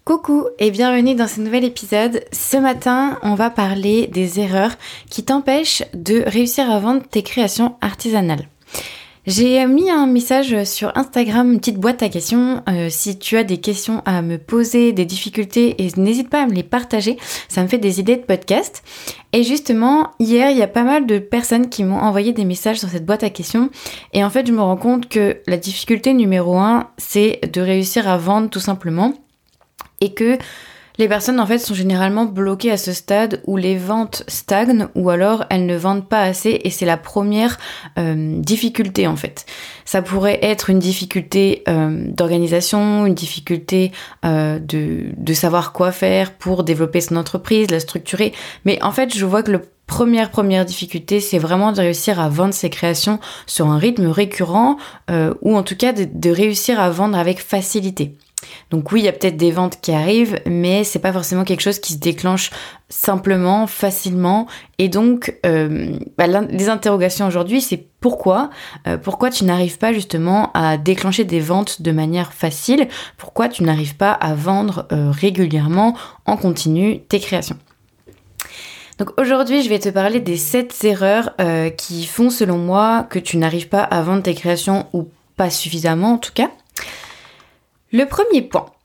Coucou et bienvenue dans ce nouvel épisode. Ce matin, on va parler des erreurs qui t'empêchent de réussir à vendre tes créations artisanales. J'ai mis un message sur Instagram, une petite boîte à questions. Si tu as des questions à me poser, des difficultés, et n'hésite pas à me les partager, ça me fait des idées de podcast. Et justement, hier, il y a pas mal de personnes qui m'ont envoyé des messages sur cette boîte à questions. Et en fait, je me rends compte que la difficulté numéro 1, c'est de réussir à vendre tout simplement. Et que les personnes en fait sont généralement bloquées à ce stade où les ventes stagnent ou alors elles ne vendent pas assez et c'est la première difficulté en fait. Ça pourrait être une difficulté d'organisation, une difficulté de savoir quoi faire pour développer son entreprise, la structurer. Mais en fait, je vois que première difficulté, c'est vraiment de réussir à vendre ses créations sur un rythme récurrent ou en tout cas de réussir à vendre avec facilité. Donc oui, il y a peut-être des ventes qui arrivent, mais c'est pas forcément quelque chose qui se déclenche simplement, facilement. Et donc, les interrogations aujourd'hui, c'est pourquoi tu n'arrives pas justement à déclencher des ventes de manière facile? Pourquoi tu n'arrives pas à vendre régulièrement, en continu, tes créations? Donc aujourd'hui, je vais te parler des 7 erreurs qui font, selon moi, que tu n'arrives pas à vendre tes créations ou pas suffisamment en tout cas. Le premier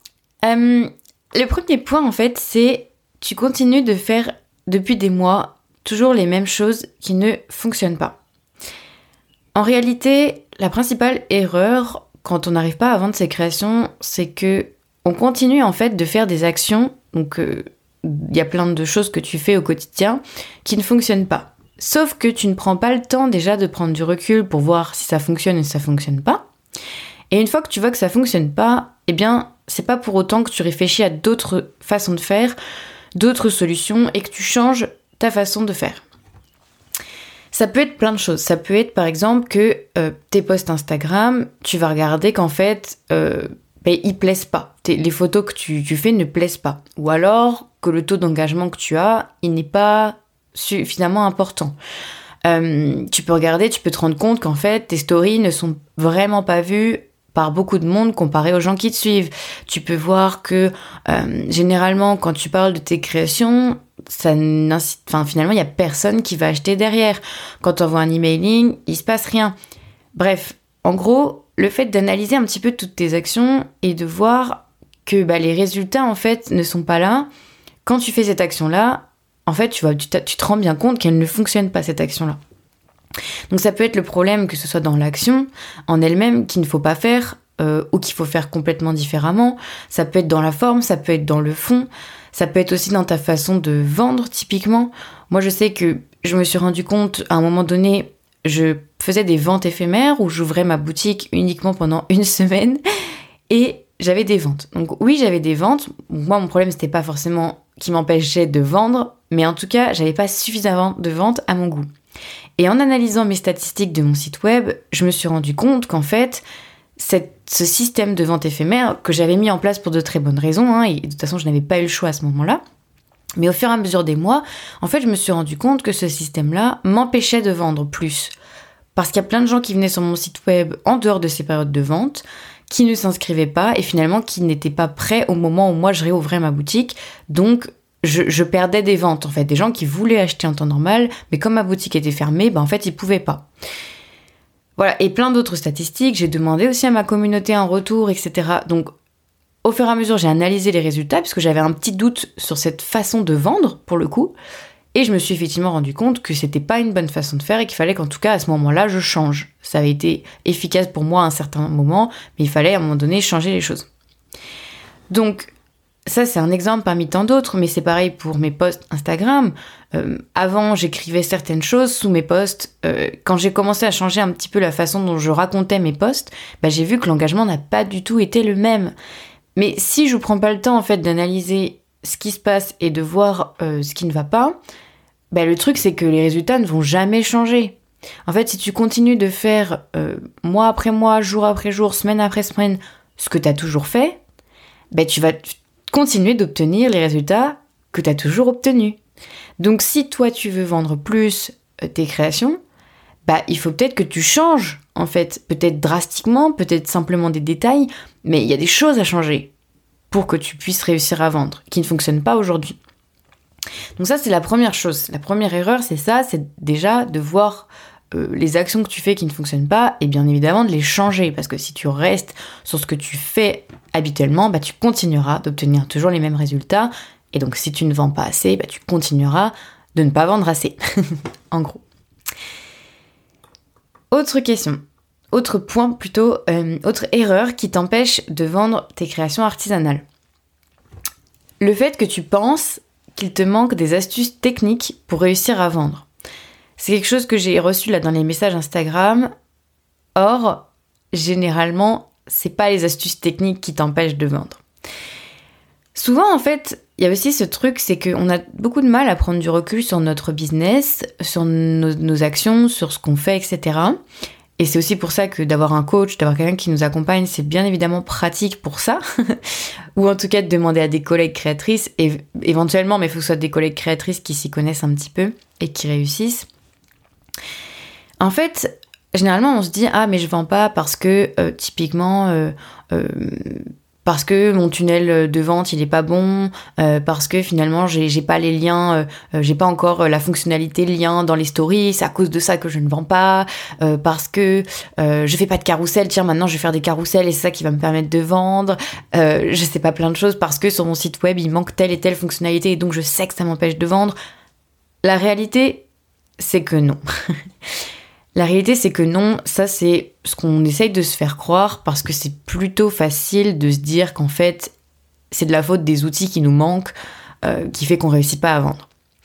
point, en fait, c'est tu continues de faire depuis des mois toujours les mêmes choses qui ne fonctionnent pas. En réalité, la principale erreur quand on n'arrive pas à vendre ses créations, c'est que on continue en fait de faire des actions. Donc, il y a plein de choses que tu fais au quotidien qui ne fonctionnent pas. Sauf que tu ne prends pas le temps déjà de prendre du recul pour voir si ça fonctionne et si ça fonctionne pas. Et une fois que tu vois que ça fonctionne pas, eh bien, c'est pas pour autant que tu réfléchis à d'autres façons de faire, d'autres solutions et que tu changes ta façon de faire. Ça peut être plein de choses. Ça peut être par exemple que tes posts Instagram, tu vas regarder qu'en fait, ils plaisent pas. Les photos que tu fais ne plaisent pas. Ou alors que le taux d'engagement que tu as, il n'est pas suffisamment important. Tu peux regarder, tu peux te rendre compte qu'en fait, tes stories ne sont vraiment pas vues par beaucoup de monde comparé aux gens qui te suivent. Tu peux voir que généralement, quand tu parles de tes créations, finalement, il n'y a personne qui va acheter derrière. Quand tu envoies un emailing, il se passe rien. Bref, en gros, le fait d'analyser un petit peu toutes tes actions et de voir que les résultats, en fait, ne sont pas là. Quand tu fais cette action-là, en fait, tu te rends bien compte qu'elle ne fonctionne pas, cette action-là. Donc ça peut être le problème que ce soit dans l'action en elle-même qu'il ne faut pas faire ou qu'il faut faire complètement différemment. Ça peut être dans la forme, ça peut être dans le fond, ça peut être aussi dans ta façon de vendre typiquement. Moi je sais que je me suis rendu compte à un moment donné, je faisais des ventes éphémères où j'ouvrais ma boutique uniquement pendant une semaine et j'avais des ventes. Donc oui, j'avais des ventes. Moi mon problème c'était pas forcément qui m'empêchait de vendre, mais en tout cas j'avais pas suffisamment de ventes à mon goût. Et en analysant mes statistiques de mon site web, je me suis rendu compte qu'en fait, ce système de vente éphémère que j'avais mis en place pour de très bonnes raisons, et de toute façon je n'avais pas eu le choix à ce moment-là, mais au fur et à mesure des mois, en fait je me suis rendu compte que ce système-là m'empêchait de vendre plus. Parce qu'il y a plein de gens qui venaient sur mon site web en dehors de ces périodes de vente, qui ne s'inscrivaient pas et finalement qui n'étaient pas prêts au moment où moi je réouvrais ma boutique. Donc je perdais des ventes, en fait, des gens qui voulaient acheter en temps normal, mais comme ma boutique était fermée, en fait, ils pouvaient pas. Voilà, et plein d'autres statistiques, j'ai demandé aussi à ma communauté un retour, etc. Donc, au fur et à mesure, j'ai analysé les résultats, puisque j'avais un petit doute sur cette façon de vendre, pour le coup, et je me suis effectivement rendu compte que c'était pas une bonne façon de faire, et qu'il fallait qu'en tout cas, à ce moment-là, je change. Ça avait été efficace pour moi à un certain moment, mais il fallait à un moment donné changer les choses. Donc, ça, c'est un exemple parmi tant d'autres, mais c'est pareil pour mes posts Instagram. Avant, j'écrivais certaines choses sous mes posts. Quand j'ai commencé à changer un petit peu la façon dont je racontais mes posts, j'ai vu que l'engagement n'a pas du tout été le même. Mais si je ne prends pas le temps en fait d'analyser ce qui se passe et de voir ce qui ne va pas, le truc c'est que les résultats ne vont jamais changer. En fait, si tu continues de faire mois après mois, jour après jour, semaine après semaine, ce que tu as toujours fait, tu vas continuer d'obtenir les résultats que tu as toujours obtenus. Donc si toi tu veux vendre plus tes créations, il faut peut-être que tu changes, en fait, peut-être drastiquement, peut-être simplement des détails, mais il y a des choses à changer. pour que tu puisses réussir à vendre, qui ne fonctionnent pas aujourd'hui. Donc ça, c'est la première chose. La première erreur, c'est ça, c'est déjà de voir les actions que tu fais qui ne fonctionnent pas et bien évidemment de les changer. Parce que si tu restes sur ce que tu fais habituellement, tu continueras d'obtenir toujours les mêmes résultats. Et donc si tu ne vends pas assez, tu continueras de ne pas vendre assez. En gros. Autre question. Autre point plutôt, autre erreur qui t'empêche de vendre tes créations artisanales. Le fait que tu penses qu'il te manque des astuces techniques pour réussir à vendre. C'est quelque chose que j'ai reçu là dans les messages Instagram. Or, généralement, c'est pas les astuces techniques qui t'empêchent de vendre. Souvent, en fait, il y a aussi ce truc, c'est qu'on a beaucoup de mal à prendre du recul sur notre business, sur nos actions, sur ce qu'on fait, etc. Et c'est aussi pour ça que d'avoir un coach, d'avoir quelqu'un qui nous accompagne, c'est bien évidemment pratique pour ça. Ou en tout cas de demander à des collègues créatrices, éventuellement, mais il faut que ce soit des collègues créatrices qui s'y connaissent un petit peu et qui réussissent. En fait, généralement, on se dit « Ah, mais je vends pas parce que, typiquement... parce que mon tunnel de vente il est pas bon, parce que finalement j'ai pas les liens, j'ai pas encore la fonctionnalité lien dans les stories, c'est à cause de ça que je ne vends pas, parce que je fais pas de carrousel, tiens maintenant je vais faire des carousels et c'est ça qui va me permettre de vendre, je sais pas plein de choses parce que sur mon site web il manque telle et telle fonctionnalité et donc je sais que ça m'empêche de vendre. La réalité c'est que non. La réalité, c'est que non, ça c'est ce qu'on essaye de se faire croire parce que c'est plutôt facile de se dire qu'en fait, c'est de la faute des outils qui nous manquent, qui fait qu'on réussit pas à vendre.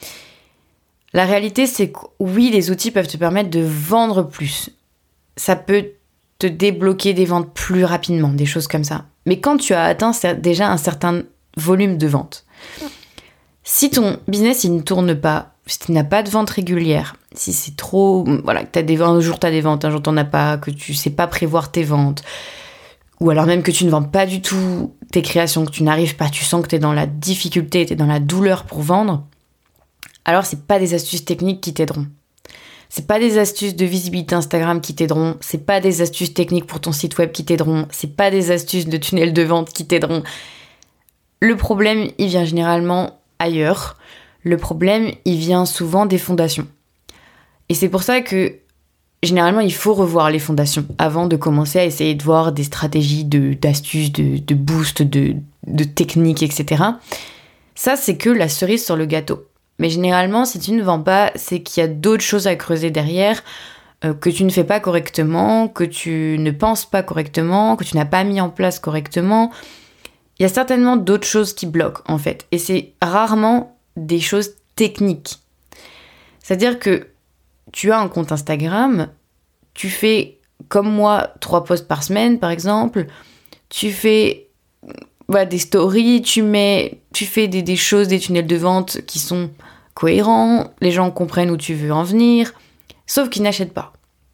La réalité, c'est que oui, les outils peuvent te permettre de vendre plus. Ça peut te débloquer des ventes plus rapidement, des choses comme ça. Mais quand tu as atteint déjà un certain volume de vente, si ton business il ne tourne pas, si tu n'as pas de vente régulière, si c'est trop... Voilà, que un jour tu as des ventes, un jour tu n'en as pas, que tu sais pas prévoir tes ventes, ou alors même que tu ne vends pas du tout tes créations, que tu n'arrives pas, tu sens que tu es dans la difficulté, tu es dans la douleur pour vendre, alors c'est pas des astuces techniques qui t'aideront. C'est pas des astuces de visibilité Instagram qui t'aideront, c'est pas des astuces techniques pour ton site web qui t'aideront, c'est pas des astuces de tunnel de vente qui t'aideront. Le problème, il vient généralement ailleurs. Le problème, il vient souvent des fondations. Et c'est pour ça que, généralement, il faut revoir les fondations avant de commencer à essayer de voir des stratégies d'astuces, de boost, de techniques, etc. Ça, c'est que la cerise sur le gâteau. Mais généralement, si tu ne vends pas, c'est qu'il y a d'autres choses à creuser derrière, que tu ne fais pas correctement, que tu ne penses pas correctement, que tu n'as pas mis en place correctement. Il y a certainement d'autres choses qui bloquent, en fait. Et c'est rarement des choses techniques. C'est-à-dire que tu as un compte Instagram, tu fais, comme moi, 3 posts par semaine, par exemple, tu fais des stories, tu fais des choses, des tunnels de vente qui sont cohérents, les gens comprennent où tu veux en venir, sauf qu'ils n'achètent pas.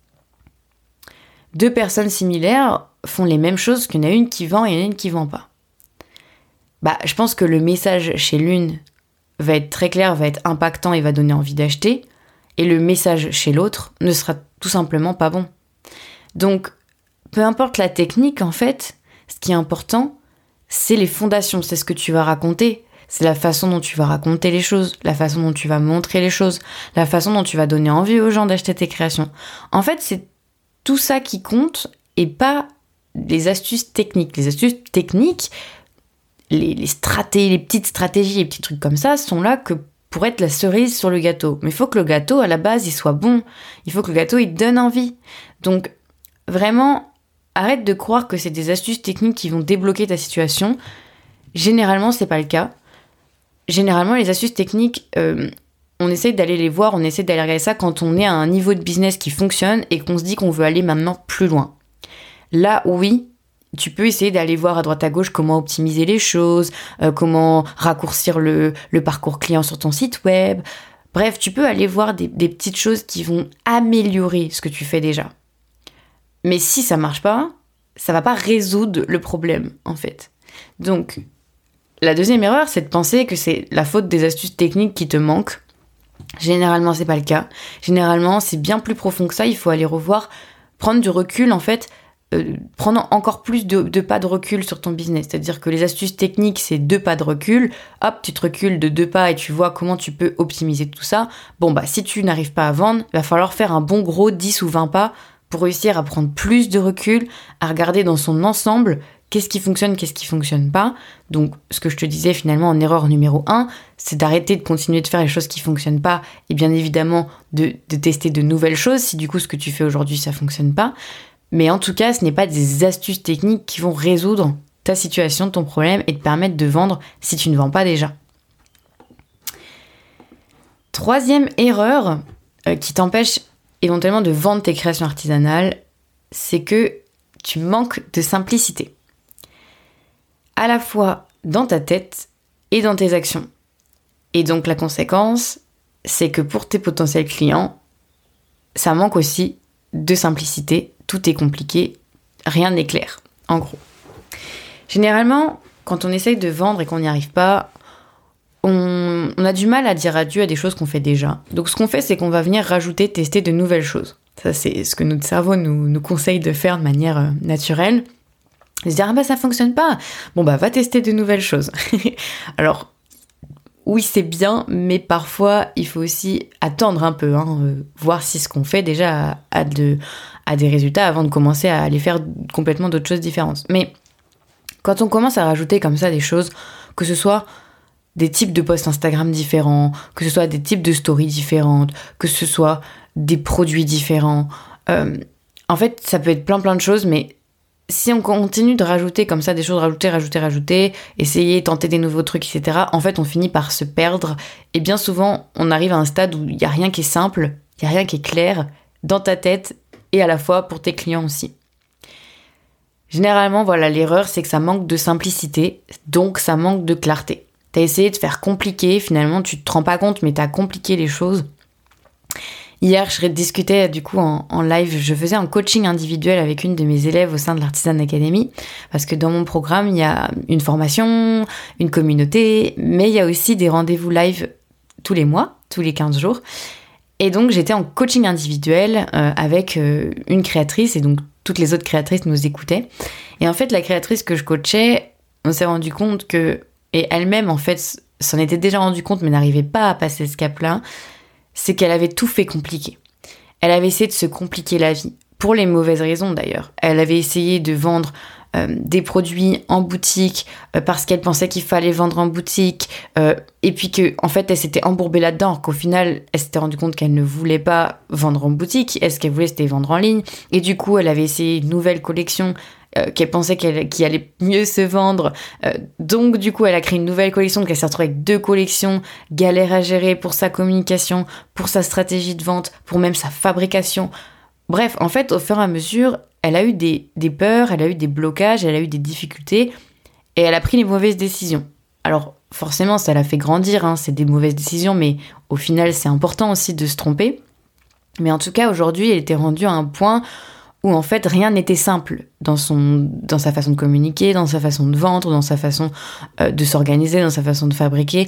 2 personnes similaires font les mêmes choses, qu'il y en a une qui vend et il y en a une qui vend pas. Je pense que le message chez l'une va être très clair, va être impactant et va donner envie d'acheter, et le message chez l'autre ne sera tout simplement pas bon. Donc, peu importe la technique, en fait, ce qui est important, c'est les fondations, c'est ce que tu vas raconter, c'est la façon dont tu vas raconter les choses, la façon dont tu vas montrer les choses, la façon dont tu vas donner envie aux gens d'acheter tes créations. En fait, c'est tout ça qui compte et pas les astuces techniques. Les astuces techniques, les stratégies, les petites stratégies, les petits trucs comme ça sont là que pour être la cerise sur le gâteau. Mais il faut que le gâteau, à la base, il soit bon. Il faut que le gâteau, il donne envie. Donc, vraiment, arrête de croire que c'est des astuces techniques qui vont débloquer ta situation. Généralement, c'est pas le cas. Généralement, les astuces techniques, on essaie d'aller les voir, on essaie d'aller regarder ça quand on est à un niveau de business qui fonctionne et qu'on se dit qu'on veut aller maintenant plus loin. Là, oui, tu peux essayer d'aller voir à droite à gauche comment optimiser les choses, comment raccourcir le parcours client sur ton site web. Bref, tu peux aller voir des petites choses qui vont améliorer ce que tu fais déjà. Mais si ça marche pas, ça va pas résoudre le problème, en fait. Donc, la deuxième erreur, c'est de penser que c'est la faute des astuces techniques qui te manquent. Généralement, c'est pas le cas. Généralement, c'est bien plus profond que ça. Il faut aller revoir, prendre du recul, en fait, prendre encore plus de pas de recul sur ton business. C'est-à-dire que les astuces techniques, c'est 2 pas de recul. Hop, tu te recules de 2 pas et tu vois comment tu peux optimiser tout ça. Bon, si tu n'arrives pas à vendre, il va falloir faire un bon gros 10 ou 20 pas pour réussir à prendre plus de recul, à regarder dans son ensemble qu'est-ce qui fonctionne pas. Donc, ce que je te disais finalement en erreur numéro 1, c'est d'arrêter de continuer de faire les choses qui fonctionnent pas et bien évidemment de tester de nouvelles choses si du coup ce que tu fais aujourd'hui ça fonctionne pas. Mais en tout cas, ce n'est pas des astuces techniques qui vont résoudre ta situation, ton problème et te permettre de vendre si tu ne vends pas déjà. 3e erreur qui t'empêche éventuellement de vendre tes créations artisanales, c'est que tu manques de simplicité. À la fois dans ta tête et dans tes actions. Et donc la conséquence, c'est que pour tes potentiels clients, ça manque aussi de simplicité. Tout est compliqué, rien n'est clair, en gros. Généralement, quand on essaye de vendre et qu'on n'y arrive pas, on a du mal à dire adieu à des choses qu'on fait déjà. Donc ce qu'on fait, c'est qu'on va venir rajouter, tester de nouvelles choses. Ça, c'est ce que notre cerveau nous conseille de faire de manière naturelle. Se dire, ça fonctionne pas. Va tester de nouvelles choses. Alors, oui, c'est bien, mais parfois, il faut aussi attendre un peu, voir si ce qu'on fait déjà a des résultats avant de commencer à aller faire complètement d'autres choses différentes. Mais quand on commence à rajouter comme ça des choses, que ce soit des types de posts Instagram différents, que ce soit des types de stories différentes, que ce soit des produits différents, en fait, ça peut être plein de choses, mais si on continue de rajouter comme ça des choses, rajouter, essayer, tenter des nouveaux trucs, etc., en fait, on finit par se perdre. Et bien souvent, on arrive à un stade où il n'y a rien qui est simple, il n'y a rien qui est clair dans ta tête et à la fois pour tes clients aussi. Généralement, l'erreur, c'est que ça manque de simplicité, donc ça manque de clarté. T'as essayé de faire compliqué, finalement, tu te rends pas compte, mais t'as compliqué les choses. Hier, je discutais du coup en live, je faisais un coaching individuel avec une de mes élèves au sein de l'Artisan Academy, parce que dans mon programme, il y a une formation, une communauté, mais il y a aussi des rendez-vous live tous les mois, tous les 15 jours. Et donc, j'étais en coaching individuel avec une créatrice, et donc toutes les autres créatrices nous écoutaient. Et en fait, la créatrice que je coachais, on s'est rendu compte que, et elle-même en fait s'en était déjà rendu compte, mais n'arrivait pas à passer ce cap-là, c'est qu'elle avait tout fait compliqué. Elle avait essayé de se compliquer la vie, pour les mauvaises raisons d'ailleurs. Elle avait essayé de vendre des produits en boutique parce qu'elle pensait qu'il fallait vendre en boutique et puis que en fait elle s'était embourbée là-dedans, qu'au final elle s'était rendue compte qu'elle ne voulait pas vendre en boutique, et ce qu'elle voulait c'était vendre en ligne, et du coup elle avait essayé une nouvelle collection qu'elle pensait qui allait mieux se vendre, donc du coup elle a créé une nouvelle collection, qu'elle s'est retrouvée avec 2 collections, galère à gérer pour sa communication, pour sa stratégie de vente, pour même sa fabrication. Bref, en fait, au fur et à mesure, elle a eu des peurs, elle a eu des blocages, elle a eu des difficultés, et elle a pris les mauvaises décisions. Alors, forcément, ça l'a fait grandir, c'est des mauvaises décisions, mais au final, c'est important aussi de se tromper. Mais en tout cas, aujourd'hui, elle était rendue à un point où, en fait, rien n'était simple dans sa façon de communiquer, dans sa façon de vendre, dans sa façon de s'organiser, dans sa façon de fabriquer.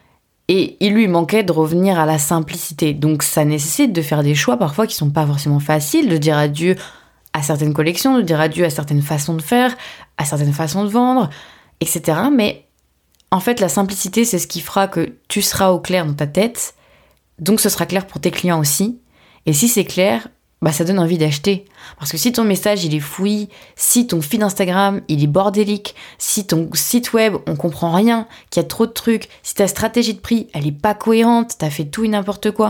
Et il lui manquait de revenir à la simplicité. Donc ça nécessite de faire des choix parfois qui sont pas forcément faciles, de dire adieu à certaines collections, de dire adieu à certaines façons de faire, à certaines façons de vendre, etc. Mais en fait, la simplicité, c'est ce qui fera que tu seras au clair dans ta tête, donc ce sera clair pour tes clients aussi. Et si c'est clair, ça donne envie d'acheter. Parce que si ton message, il est fouillis, si ton feed Instagram, il est bordélique, si ton site web, on comprend rien, qu'il y a trop de trucs, si ta stratégie de prix, elle est pas cohérente, t'as fait tout et n'importe quoi,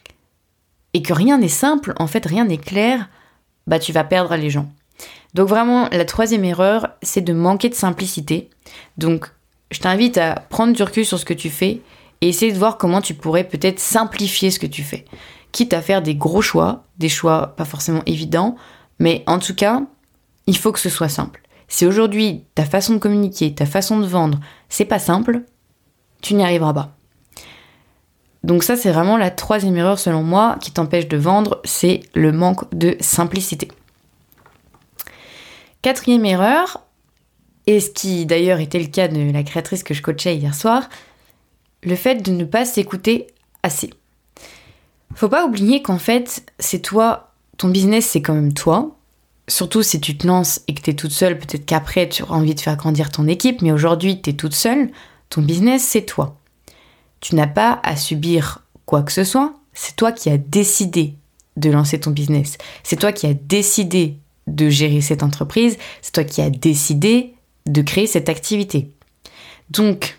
et que rien n'est simple, en fait, rien n'est clair, tu vas perdre les gens. Donc vraiment, la 3e erreur, c'est de manquer de simplicité. Donc, je t'invite à prendre du recul sur ce que tu fais et essayer de voir comment tu pourrais peut-être simplifier ce que tu fais. Quitte à faire des gros choix, des choix pas forcément évidents, mais en tout cas, il faut que ce soit simple. Si aujourd'hui, ta façon de communiquer, ta façon de vendre, c'est pas simple, tu n'y arriveras pas. Donc ça, c'est vraiment la 3e erreur selon moi qui t'empêche de vendre, c'est le manque de simplicité. 4e erreur, et ce qui d'ailleurs était le cas de la créatrice que je coachais hier soir, le fait de ne pas s'écouter assez. Faut pas oublier qu'en fait, c'est toi, ton business c'est quand même toi, surtout si tu te lances et que tu es toute seule, peut-être qu'après tu auras envie de faire grandir ton équipe, mais aujourd'hui tu es toute seule, ton business c'est toi. Tu n'as pas à subir quoi que ce soit, c'est toi qui as décidé de lancer ton business. C'est toi qui as décidé de gérer cette entreprise, c'est toi qui as décidé de créer cette activité. Donc,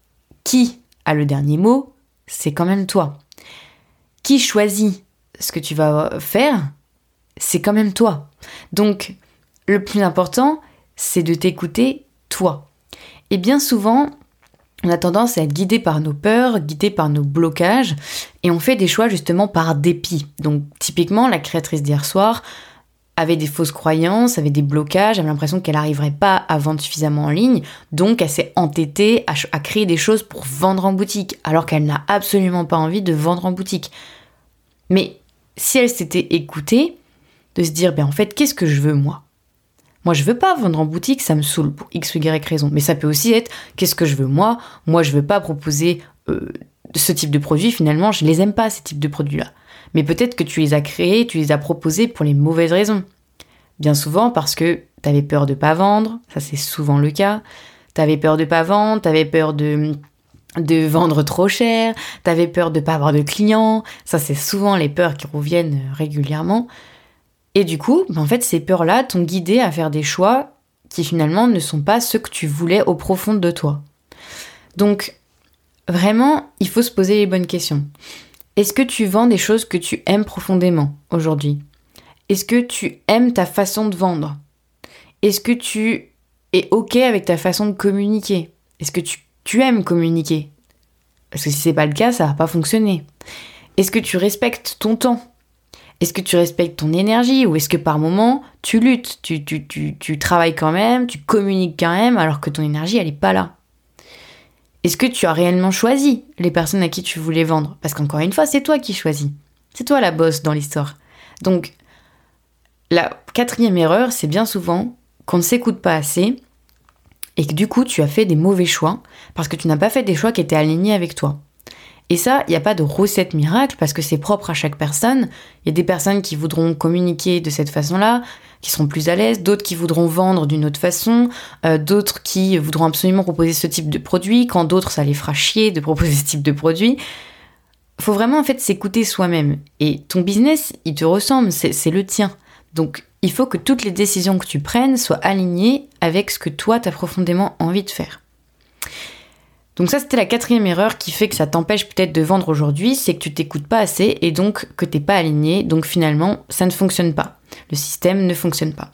qui a le dernier mot? C'est quand même toi. Qui choisit ce que tu vas faire? C'est quand même toi. Donc, le plus important, c'est de t'écouter toi. Et bien souvent, on a tendance à être guidé par nos peurs, guidé par nos blocages, et on fait des choix justement par dépit. Donc, typiquement, la créatrice d'hier soir avait des fausses croyances, avait des blocages, avait l'impression qu'elle n'arriverait pas à vendre suffisamment en ligne, donc elle s'est entêtée à créer des choses pour vendre en boutique, alors qu'elle n'a absolument pas envie de vendre en boutique. Mais si elle s'était écoutée, de se dire, en fait, qu'est-ce que je veux moi ? Moi, je veux pas vendre en boutique, ça me saoule pour X ou Y raison. Mais ça peut aussi être, qu'est-ce que je veux moi ? Moi, je veux pas proposer ce type de produit, finalement, je les aime pas, ces types de produits-là. Mais peut-être que tu les as créés, tu les as proposés pour les mauvaises raisons. Bien souvent parce que t'avais peur de pas vendre, ça c'est souvent le cas. T'avais peur de pas vendre, t'avais peur de vendre trop cher, t'avais peur de pas avoir de clients, ça c'est souvent les peurs qui reviennent régulièrement. Et du coup, en fait, ces peurs-là t'ont guidé à faire des choix qui finalement ne sont pas ceux que tu voulais au profond de toi. Donc, vraiment, il faut se poser les bonnes questions. Est-ce que tu vends des choses que tu aimes profondément aujourd'hui ? Est-ce que tu aimes ta façon de vendre ? Est-ce que tu es OK avec ta façon de communiquer ? Est-ce que tu aimes communiquer ? Parce que si c'est pas le cas, ça va pas fonctionner. Est-ce que tu respectes ton temps ? Est-ce que tu respectes ton énergie ? Ou est-ce que par moment, tu luttes, tu travailles quand même, tu communiques quand même, alors que ton énergie, elle est pas là ? Est-ce que tu as réellement choisi les personnes à qui tu voulais vendre ? Parce qu'encore une fois, c'est toi qui choisis. C'est toi la boss dans l'histoire. Donc, la 4e erreur, c'est bien souvent qu'on ne s'écoute pas assez et que du coup, tu as fait des mauvais choix parce que tu n'as pas fait des choix qui étaient alignés avec toi. Et ça, il n'y a pas de recette miracle parce que c'est propre à chaque personne. Il y a des personnes qui voudront communiquer de cette façon-là, qui seront plus à l'aise, d'autres qui voudront vendre d'une autre façon, d'autres qui voudront absolument proposer ce type de produit, quand d'autres, ça les fera chier de proposer ce type de produit. Il faut vraiment en fait s'écouter soi-même. Et ton business, il te ressemble, c'est le tien. Donc, il faut que toutes les décisions que tu prennes soient alignées avec ce que toi, tu as profondément envie de faire. Donc ça, c'était la 4e erreur qui fait que ça t'empêche peut-être de vendre aujourd'hui, c'est que tu t'écoutes pas assez et donc que t'es pas aligné. Donc finalement, ça ne fonctionne pas. Le système ne fonctionne pas.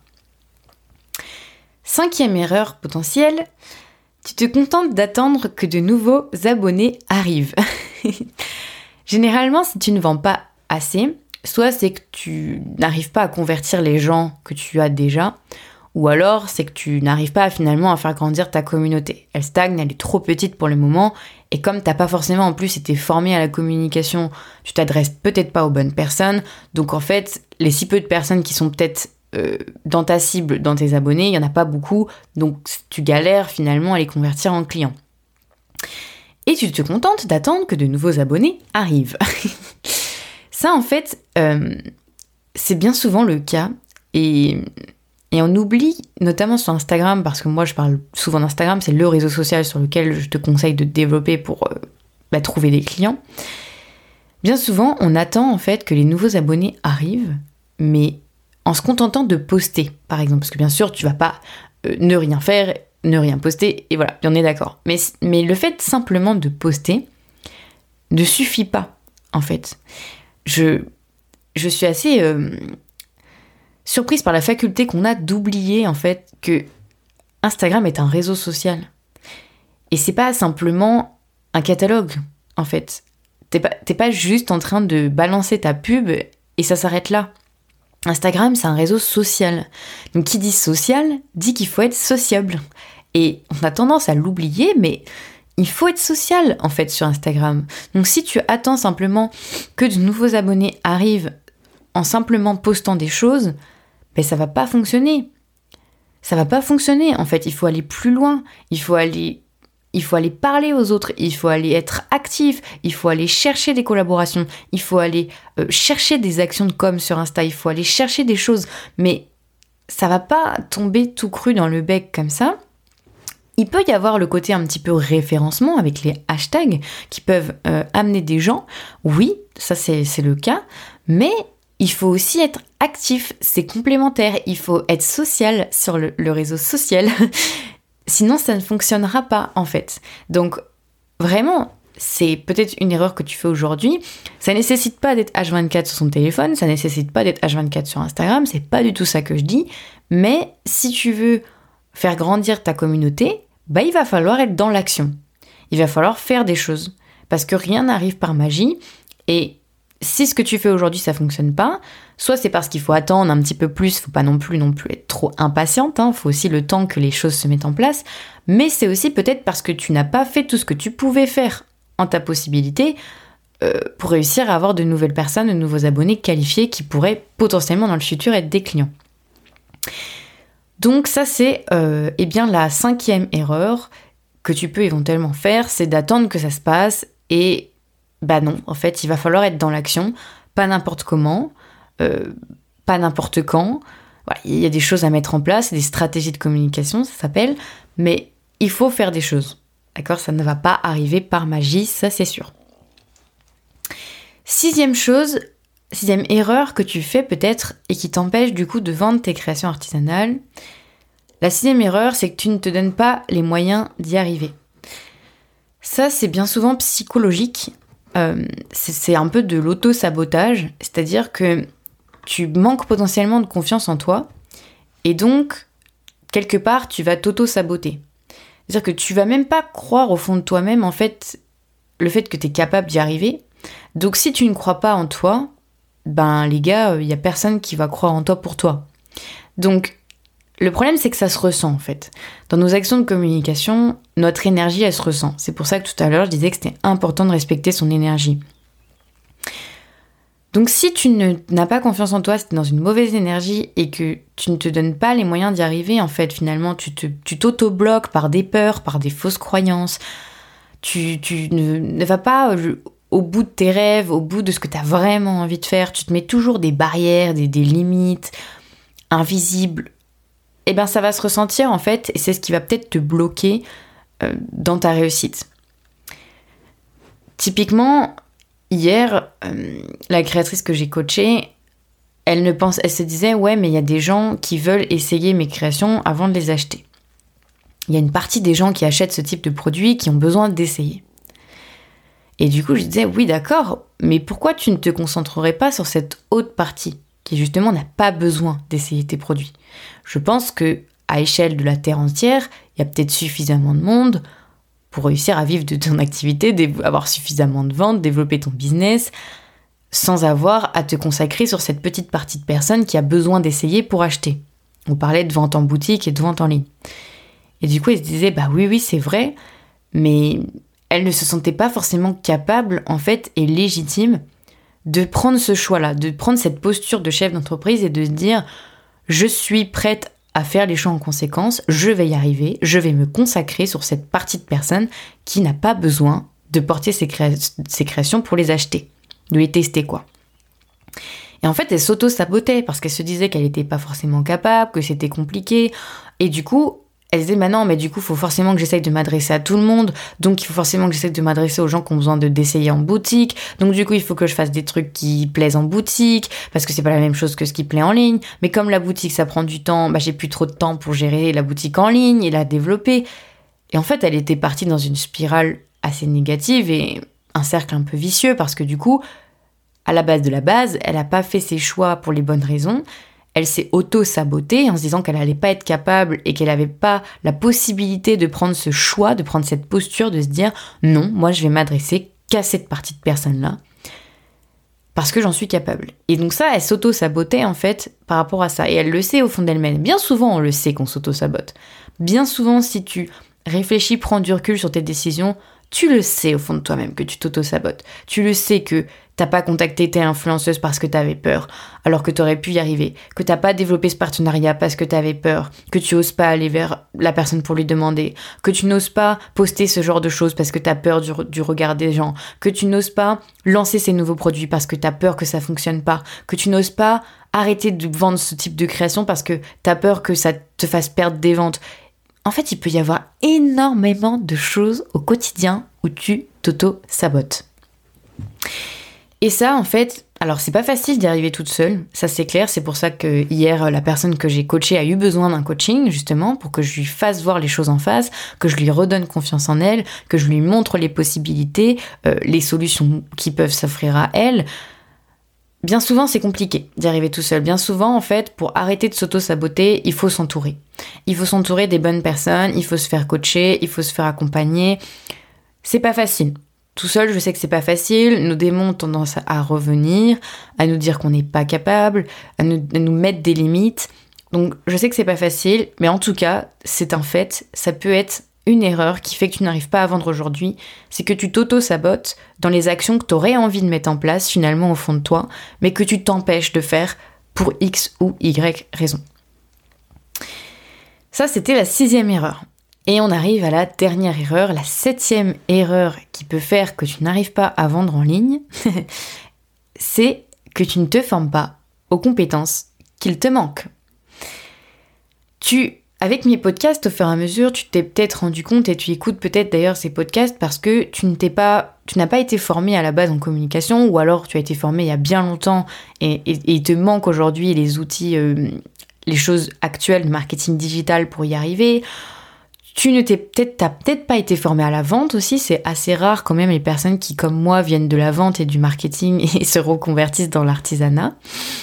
5e erreur potentielle, tu te contentes d'attendre que de nouveaux abonnés arrivent. Généralement, si tu ne vends pas assez, soit c'est que tu n'arrives pas à convertir les gens que tu as déjà, ou alors c'est que tu n'arrives pas finalement à faire grandir ta communauté. Elle stagne, elle est trop petite pour le moment, et comme t'as pas forcément en plus été formé à la communication, tu t'adresses peut-être pas aux bonnes personnes, donc en fait, les si peu de personnes qui sont peut-être dans ta cible, dans tes abonnés, il y en a pas beaucoup, donc tu galères finalement à les convertir en clients. Et tu te contentes d'attendre que de nouveaux abonnés arrivent. Ça, en fait, c'est bien souvent le cas. Et on oublie, notamment sur Instagram, parce que moi, je parle souvent d'Instagram, c'est le réseau social sur lequel je te conseille de te développer pour trouver des clients. Bien souvent, on attend en fait que les nouveaux abonnés arrivent, mais en se contentant de poster, par exemple. Parce que bien sûr, tu vas pas ne rien faire, ne rien poster, et voilà, on est d'accord. Mais le fait simplement de poster ne suffit pas, en fait. Je suis assez surprise par la faculté qu'on a d'oublier, en fait, que Instagram est un réseau social. Et c'est pas simplement un catalogue, en fait. T'es pas juste en train de balancer ta pub et ça s'arrête là. Instagram, c'est un réseau social. Donc, qui dit social, dit qu'il faut être sociable. Et on a tendance à l'oublier, mais il faut être social, en fait, sur Instagram. Donc, si tu attends simplement que de nouveaux abonnés arrivent en simplement postant des choses, ça va pas fonctionner. Ça va pas fonctionner, en fait. Il faut aller plus loin. Il faut aller parler aux autres, il faut aller être actif, il faut aller chercher des collaborations, il faut aller chercher des actions de com sur Insta, il faut aller chercher des choses. Mais ça va pas tomber tout cru dans le bec comme ça. Il peut y avoir le côté un petit peu référencement avec les hashtags qui peuvent amener des gens. Oui, ça c'est le cas, mais il faut aussi être actif, c'est complémentaire. Il faut être social sur le réseau social, sinon ça ne fonctionnera pas en fait. Donc vraiment, c'est peut-être une erreur que tu fais aujourd'hui. Ça nécessite pas d'être H24 sur son téléphone, ça nécessite pas d'être H24 sur Instagram, c'est pas du tout ça que je dis. Mais si tu veux faire grandir ta communauté, il va falloir être dans l'action. Il va falloir faire des choses. Parce que rien n'arrive par magie. Et si ce que tu fais aujourd'hui, ça fonctionne pas, soit c'est parce qu'il faut attendre un petit peu plus, faut pas non plus être trop impatiente, faut aussi le temps que les choses se mettent en place, mais c'est aussi peut-être parce que tu n'as pas fait tout ce que tu pouvais faire en ta possibilité pour réussir à avoir de nouvelles personnes, de nouveaux abonnés qualifiés qui pourraient potentiellement dans le futur être des clients. Donc ça c'est la 5e erreur que tu peux éventuellement faire, c'est d'attendre que ça se passe et non, en fait il va falloir être dans l'action, pas n'importe comment, pas n'importe quand. Voilà, il y a des choses à mettre en place, des stratégies de communication ça s'appelle, mais il faut faire des choses, d'accord ? Ça ne va pas arriver par magie, ça c'est sûr. 6e erreur que tu fais peut-être et qui t'empêche du coup de vendre tes créations artisanales. La 6e erreur, c'est que tu ne te donnes pas les moyens d'y arriver. Ça, c'est bien souvent psychologique. C'est un peu de l'auto-sabotage, c'est-à-dire que tu manques potentiellement de confiance en toi et donc, quelque part, tu vas t'auto-saboter. C'est-à-dire que tu vas même pas croire au fond de toi-même, en fait, le fait que tu es capable d'y arriver. Donc, si tu ne crois pas en toi, les gars, il y a personne qui va croire en toi pour toi. Donc, le problème, c'est que ça se ressent, en fait. Dans nos actions de communication, notre énergie, elle se ressent. C'est pour ça que tout à l'heure, je disais que c'était important de respecter son énergie. Donc, si tu n'as pas confiance en toi, si tu es dans une mauvaise énergie et que tu ne te donnes pas les moyens d'y arriver, en fait, finalement, tu t'auto-bloques par des peurs, par des fausses croyances. Tu ne vas pas au bout de tes rêves, au bout de ce que tu as vraiment envie de faire. Tu te mets toujours des barrières, des limites invisibles. Ça va se ressentir, en fait, et c'est ce qui va peut-être te bloquer dans ta réussite. Typiquement, hier, la créatrice que j'ai coachée, elle se disait « Ouais, mais il y a des gens qui veulent essayer mes créations avant de les acheter. Il y a une partie des gens qui achètent ce type de produit qui ont besoin d'essayer. » Et du coup, je disais « Oui, d'accord, mais pourquoi tu ne te concentrerais pas sur cette autre partie qui, justement, n'a pas besoin d'essayer tes produits ? Je pense que à échelle de la Terre entière, il y a peut-être suffisamment de monde pour réussir à vivre de ton activité, avoir suffisamment de ventes, développer ton business, sans avoir à te consacrer sur cette petite partie de personnes qui a besoin d'essayer pour acheter. On parlait de vente en boutique et de vente en ligne. Et du coup, elle se disait, oui, c'est vrai, mais elle ne se sentait pas forcément capable, en fait, et légitime de prendre ce choix-là, de prendre cette posture de chef d'entreprise et de se dire « Je suis prête à faire les choix en conséquence, je vais y arriver, je vais me consacrer sur cette partie de personne qui n'a pas besoin de porter ses créations pour les acheter, de les tester quoi. » Et en fait, elle s'auto-sabotait parce qu'elle se disait qu'elle n'était pas forcément capable, que c'était compliqué. Et du coup, elle se disait, non, mais du coup, il faut forcément que j'essaye de m'adresser à tout le monde. Donc, il faut forcément que j'essaye de m'adresser aux gens qui ont besoin d'essayer en boutique. Donc, du coup, il faut que je fasse des trucs qui plaisent en boutique parce que c'est pas la même chose que ce qui plaît en ligne. Mais comme la boutique, ça prend du temps, j'ai plus trop de temps pour gérer la boutique en ligne et la développer. Et en fait, elle était partie dans une spirale assez négative et un cercle un peu vicieux parce que du coup, à la base de la base, elle n'a pas fait ses choix pour les bonnes raisons. Elle s'est auto-sabotée en se disant qu'elle n'allait pas être capable et qu'elle n'avait pas la possibilité de prendre ce choix, de prendre cette posture, de se dire « Non, moi je vais m'adresser qu'à cette partie de personne-là parce que j'en suis capable. » Et donc ça, elle s'auto-sabotait en fait par rapport à ça. Et elle le sait au fond d'elle-même. Bien souvent, on le sait qu'on s'auto-sabote. Bien souvent, si tu réfléchis, prends du recul sur tes décisions, Tu le sais au fond de toi-même que tu t'auto-sabotes. Tu le sais que t'as pas contacté tes influenceuses parce que t'avais peur, alors que t'aurais pu y arriver. Que t'as pas développé ce partenariat parce que t'avais peur. Que tu oses pas aller vers la personne pour lui demander. Que tu n'oses pas poster ce genre de choses parce que t'as peur du regard des gens. Que tu n'oses pas lancer ces nouveaux produits parce que t'as peur que ça fonctionne pas. Que tu n'oses pas arrêter de vendre ce type de création parce que t'as peur que ça te fasse perdre des ventes. En fait, il peut y avoir énormément de choses au quotidien où tu t'auto-sabotes. Et ça, en fait, alors c'est pas facile d'y arriver toute seule, ça c'est clair, c'est pour ça que hier, la personne que j'ai coachée a eu besoin d'un coaching, justement, pour que je lui fasse voir les choses en face, que je lui redonne confiance en elle, que je lui montre les possibilités, les solutions qui peuvent s'offrir à elle. Bien souvent, c'est compliqué d'y arriver tout seul. Bien souvent, en fait, pour arrêter de s'auto-saboter, il faut s'entourer. Il faut s'entourer des bonnes personnes, il faut se faire coacher, il faut se faire accompagner. C'est pas facile. Tout seul, je sais que c'est pas facile. Nos démons ont tendance à revenir, à nous dire qu'on n'est pas capable, à nous mettre des limites. Donc, je sais que c'est pas facile, mais en tout cas, c'est un fait. Ça peut être une erreur qui fait que tu n'arrives pas à vendre aujourd'hui. C'est que tu t'auto-sabotes dans les actions que tu aurais envie de mettre en place, finalement, au fond de toi, mais que tu t'empêches de faire pour X ou Y raison. Ça, c'était la 6e erreur. Et on arrive à la dernière erreur, la 7e erreur qui peut faire que tu n'arrives pas à vendre en ligne, c'est que tu ne te formes pas aux compétences qu'il te manquent. Avec mes podcasts, au fur et à mesure, tu t'es peut-être rendu compte, et tu écoutes peut-être d'ailleurs ces podcasts parce que tu n'as pas été formé à la base en communication, ou alors tu as été formé il y a bien longtemps et il te manque aujourd'hui les outils, les choses actuelles de marketing digital pour y arriver. T'as peut-être pas été formé à la vente aussi, c'est assez rare quand même les personnes qui, comme moi, viennent de la vente et du marketing et se reconvertissent dans l'artisanat.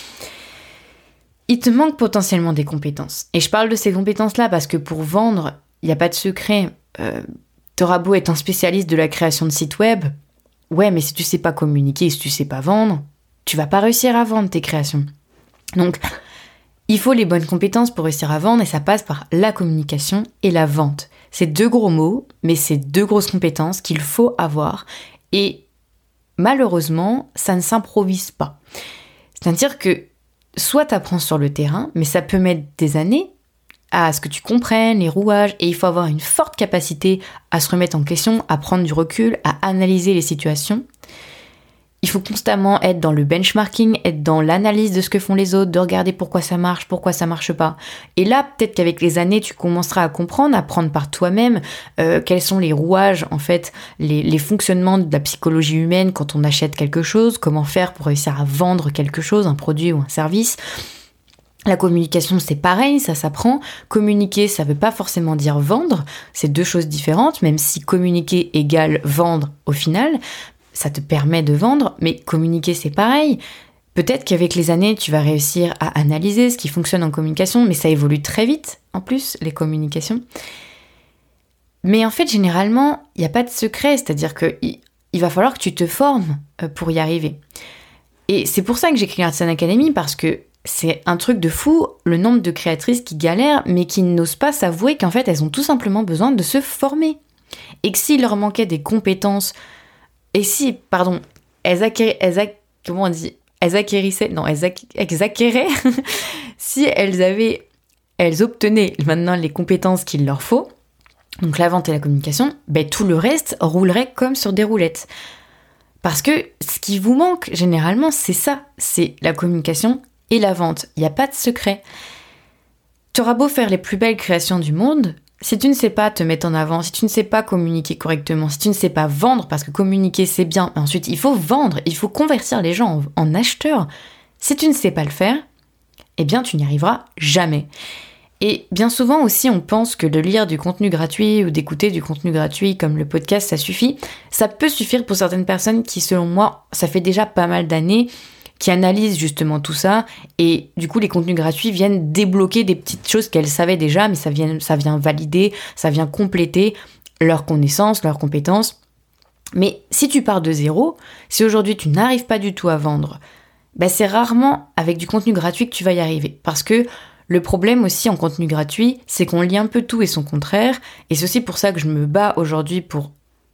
Il te manque potentiellement des compétences. Et je parle de ces compétences-là parce que pour vendre, il n'y a pas de secret. T'auras beau être un spécialiste de la création de sites web, ouais, mais si tu sais pas communiquer, si tu sais pas vendre, tu vas pas réussir à vendre tes créations. Donc, il faut les bonnes compétences pour réussir à vendre et ça passe par la communication et la vente. C'est 2 gros mots, mais c'est 2 grosses compétences qu'il faut avoir et malheureusement, ça ne s'improvise pas. C'est-à-dire que soit tu apprends sur le terrain, mais ça peut mettre des années à ce que tu comprennes les rouages et il faut avoir une forte capacité à se remettre en question, à prendre du recul, à analyser les situations. Il faut constamment être dans le benchmarking, être dans l'analyse de ce que font les autres, de regarder pourquoi ça marche pas. Et là, peut-être qu'avec les années, tu commenceras à comprendre, à prendre par toi-même quels sont les rouages, en fait, les fonctionnements de la psychologie humaine quand on achète quelque chose, comment faire pour réussir à vendre quelque chose, un produit ou un service. La communication, c'est pareil, ça s'apprend. Communiquer, ça veut pas forcément dire vendre, c'est 2 choses différentes, même si communiquer égale vendre au final. Ça te permet de vendre, mais communiquer, c'est pareil. Peut-être qu'avec les années, tu vas réussir à analyser ce qui fonctionne en communication, mais ça évolue très vite, en plus, les communications. Mais en fait, généralement, il n'y a pas de secret, c'est-à-dire qu'il va falloir que tu te formes pour y arriver. Et c'est pour ça que j'ai créé Artisan Academy, parce que c'est un truc de fou, le nombre de créatrices qui galèrent, mais qui n'osent pas s'avouer qu'en fait, elles ont tout simplement besoin de se former. Et que s'il leur manquait des compétences, et si, pardon, elles acquéraient, si elles obtenaient maintenant les compétences qu'il leur faut, donc la vente et la communication, ben tout le reste roulerait comme sur des roulettes. Parce que ce qui vous manque, généralement, c'est ça, c'est la communication et la vente. Il n'y a pas de secret. Tu auras beau faire les plus belles créations du monde, si tu ne sais pas te mettre en avant, si tu ne sais pas communiquer correctement, si tu ne sais pas vendre, parce que communiquer c'est bien, mais ensuite il faut vendre, il faut convertir les gens en acheteurs. Si tu ne sais pas le faire, eh bien tu n'y arriveras jamais. Et bien souvent aussi on pense que de lire du contenu gratuit ou d'écouter du contenu gratuit comme le podcast ça suffit. Ça peut suffire pour certaines personnes qui selon moi, ça fait déjà pas mal d'années, qui analysent justement tout ça, et du coup les contenus gratuits viennent débloquer des petites choses qu'elles savaient déjà, mais ça vient valider, ça vient compléter leurs connaissances, leurs compétences. Mais si tu pars de zéro, si aujourd'hui tu n'arrives pas du tout à vendre, ben c'est rarement avec du contenu gratuit que tu vas y arriver, parce que le problème aussi en contenu gratuit, c'est qu'on lit un peu tout et son contraire, et c'est aussi pour ça que je me bats aujourd'hui pour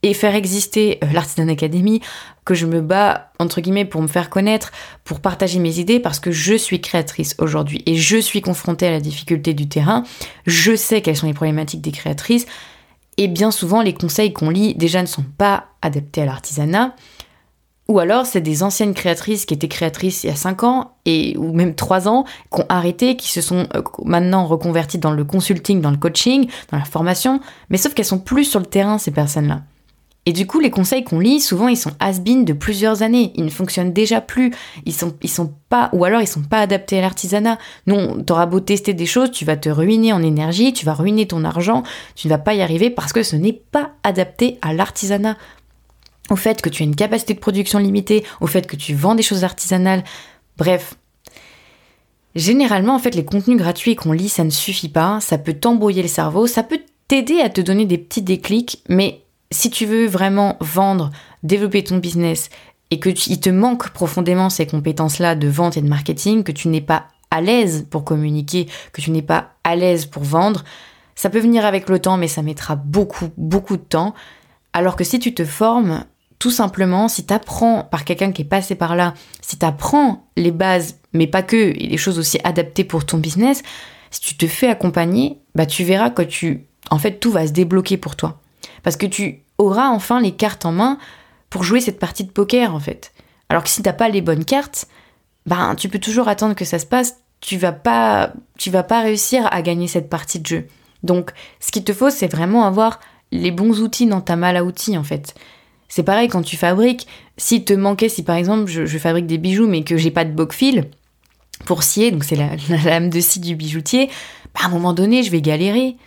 et faire exister l'Artisan Academy, que je me bats, entre guillemets, pour me faire connaître, pour partager mes idées, parce que je suis créatrice aujourd'hui et je suis confrontée à la difficulté du terrain. Je sais quelles sont les problématiques des créatrices et bien souvent, les conseils qu'on lit déjà ne sont pas adaptés à l'artisanat. Ou alors, c'est des anciennes créatrices qui étaient créatrices il y a 5 ans, ou même 3 ans, qui ont arrêté, qui se sont maintenant reconverties dans le consulting, dans le coaching, dans la formation, mais sauf qu'elles sont plus sur le terrain, ces personnes-là. Et du coup, les conseils qu'on lit, souvent, ils sont has-been de plusieurs années. Ils ne fonctionnent déjà plus. Ils sont pas adaptés à l'artisanat. Non, t'auras beau tester des choses, tu vas te ruiner en énergie, tu vas ruiner ton argent, tu ne vas pas y arriver parce que ce n'est pas adapté à l'artisanat. Au fait que tu as une capacité de production limitée, au fait que tu vends des choses artisanales. Bref. Généralement, en fait, les contenus gratuits qu'on lit, ça ne suffit pas. Ça peut t'embrouiller le cerveau, ça peut t'aider à te donner des petits déclics, mais si tu veux vraiment vendre, développer ton business et que il te manque profondément ces compétences-là de vente et de marketing, que tu n'es pas à l'aise pour communiquer, que tu n'es pas à l'aise pour vendre, ça peut venir avec le temps, mais ça mettra beaucoup, beaucoup de temps. Alors que si tu te formes, tout simplement, si tu apprends par quelqu'un qui est passé par là, si tu apprends les bases, mais pas que, et les choses aussi adaptées pour ton business, si tu te fais accompagner, tu verras que tout va se débloquer pour toi. Parce que tu auras enfin les cartes en main pour jouer cette partie de poker, en fait. Alors que si t'as pas les bonnes cartes, tu peux toujours attendre que ça se passe. Tu vas pas réussir à gagner cette partie de jeu. Donc, ce qu'il te faut, c'est vraiment avoir les bons outils dans ta malle à outils, en fait. C'est pareil quand tu fabriques. Si par exemple, je fabrique des bijoux, mais que j'ai pas de boc-fil pour scier, donc c'est la lame de scie du bijoutier, à un moment donné, je vais galérer.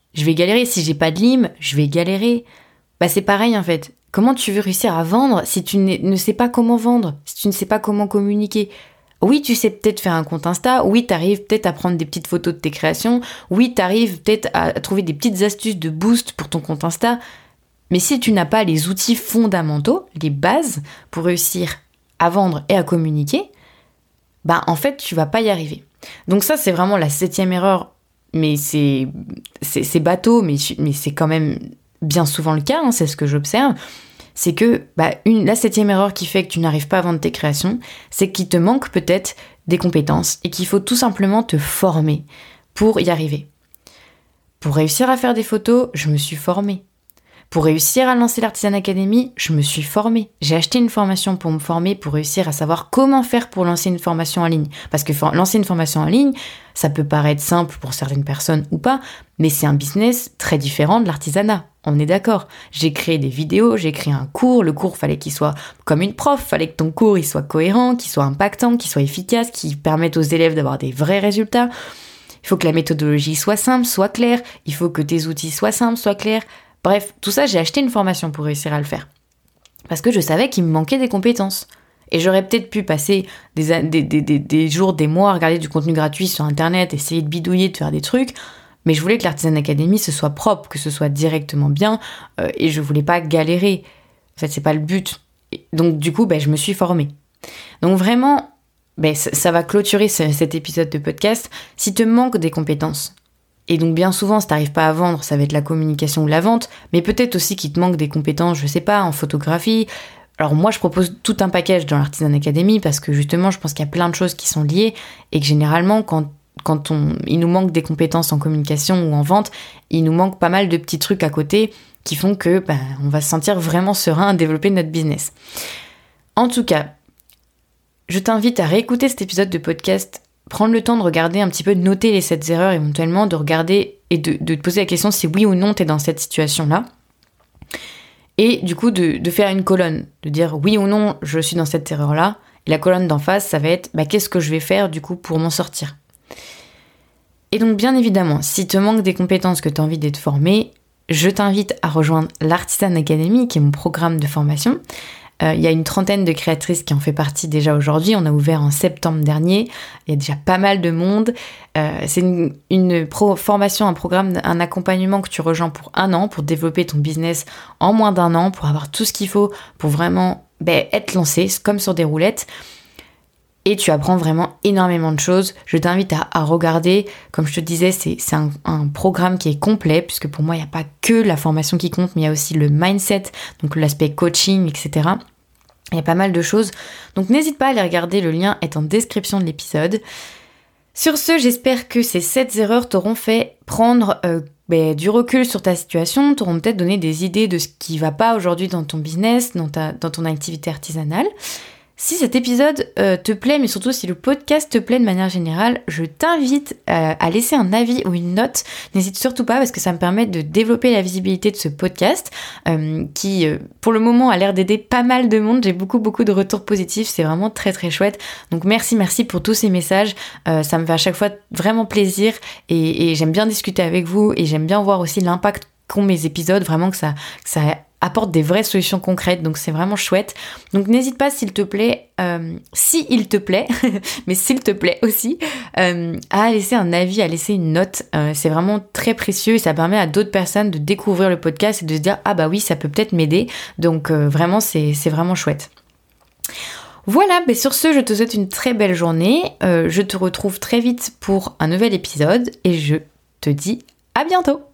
Si j'ai pas de lime, je vais galérer. C'est pareil en fait. Comment tu veux réussir à vendre si tu ne sais pas comment vendre, si tu ne sais pas comment communiquer? Oui, tu sais peut-être faire un compte Insta, oui, t'arrives peut-être à prendre des petites photos de tes créations, oui, t'arrives peut-être à trouver des petites astuces de boost pour ton compte Insta, mais si tu n'as pas les outils fondamentaux, les bases pour réussir à vendre et à communiquer, en fait, tu vas pas y arriver. Donc ça, c'est vraiment la 7e erreur. Mais c'est bateau, mais c'est quand même bien souvent le cas, hein, c'est ce que j'observe. C'est que la 7e erreur qui fait que tu n'arrives pas à vendre tes créations, c'est qu'il te manque peut-être des compétences et qu'il faut tout simplement te former pour y arriver. Pour réussir à faire des photos, je me suis formée. Pour réussir à lancer l'Artisan Academy, je me suis formée. J'ai acheté une formation pour me former, pour réussir à savoir comment faire pour lancer une formation en ligne. Parce que lancer une formation en ligne, ça peut paraître simple pour certaines personnes ou pas, mais c'est un business très différent de l'artisanat. On est d'accord. J'ai créé des vidéos, j'ai créé un cours. Le cours, fallait qu'il soit comme une prof. Fallait que ton cours il soit cohérent, qu'il soit impactant, qu'il soit efficace, qu'il permette aux élèves d'avoir des vrais résultats. Il faut que la méthodologie soit simple, soit claire. Il faut que tes outils soient simples, soient clairs. Bref, tout ça, j'ai acheté une formation pour réussir à le faire. Parce que je savais qu'il me manquait des compétences. Et j'aurais peut-être pu passer des jours, des mois à regarder du contenu gratuit sur Internet, essayer de bidouiller, de faire des trucs. Mais je voulais que l'Artisan Academy, ce soit propre, que ce soit directement bien. Et je voulais pas galérer. En fait, c'est pas le but. Donc, du coup, je me suis formée. Donc, vraiment, ça va clôturer cet épisode de podcast. Si te manque des compétences, et donc bien souvent, si t'arrives pas à vendre, ça va être la communication ou la vente, mais peut-être aussi qu'il te manque des compétences, je sais pas, en photographie. Alors moi, je propose tout un package dans l'Artisan Academy parce que justement, je pense qu'il y a plein de choses qui sont liées et que généralement, quand il nous manque des compétences en communication ou en vente, il nous manque pas mal de petits trucs à côté qui font que on va se sentir vraiment serein à développer notre business. En tout cas, je t'invite à réécouter cet épisode de podcast, prendre le temps de regarder un petit peu, de noter les 7 erreurs éventuellement, de regarder et de te poser la question si oui ou non t'es dans cette situation-là. Et du coup, de faire une colonne, de dire oui ou non, je suis dans cette erreur-là. Et la colonne d'en face, ça va être qu'est-ce que je vais faire du coup pour m'en sortir. Et donc, bien évidemment, si te manque des compétences que tu as envie d'être formé, je t'invite à rejoindre l'Artisan Academy, qui est mon programme de formation. Il y a une 30aine de créatrices qui en fait partie déjà aujourd'hui. On a ouvert en septembre dernier. Il y a déjà pas mal de monde. C'est une formation, un programme, un accompagnement que tu rejoins pour 1 an, pour développer ton business en moins d'1 an, pour avoir tout ce qu'il faut pour vraiment être lancé, comme sur des roulettes. et tu apprends vraiment énormément de choses. Je t'invite à regarder. Comme je te disais, c'est un programme qui est complet, puisque pour moi, il n'y a pas que la formation qui compte, mais il y a aussi le mindset, donc l'aspect coaching, etc. Il y a pas mal de choses. Donc n'hésite pas à aller regarder, le lien est en description de l'épisode. Sur ce, j'espère que ces 7 erreurs t'auront fait prendre du recul sur ta situation, t'auront peut-être donné des idées de ce qui va pas aujourd'hui dans ton business, dans ton activité artisanale. Si cet épisode te plaît, mais surtout si le podcast te plaît de manière générale, je t'invite à laisser un avis ou une note. N'hésite surtout pas parce que ça me permet de développer la visibilité de ce podcast qui, pour le moment, a l'air d'aider pas mal de monde. J'ai beaucoup de retours positifs. C'est vraiment très très chouette. Donc merci pour tous ces messages. Ça me fait à chaque fois vraiment plaisir et j'aime bien discuter avec vous et j'aime bien voir aussi l'impact qu'ont mes épisodes. Vraiment que ça apporte des vraies solutions concrètes, donc c'est vraiment chouette. Donc n'hésite pas s'il te plaît, mais s'il te plaît aussi, à laisser un avis, à laisser une note. C'est vraiment très précieux et ça permet à d'autres personnes de découvrir le podcast et de se dire « Ah bah oui, ça peut peut-être m'aider ». Donc vraiment, c'est vraiment chouette. Voilà, sur ce, je te souhaite une très belle journée. Je te retrouve très vite pour un nouvel épisode et je te dis à bientôt.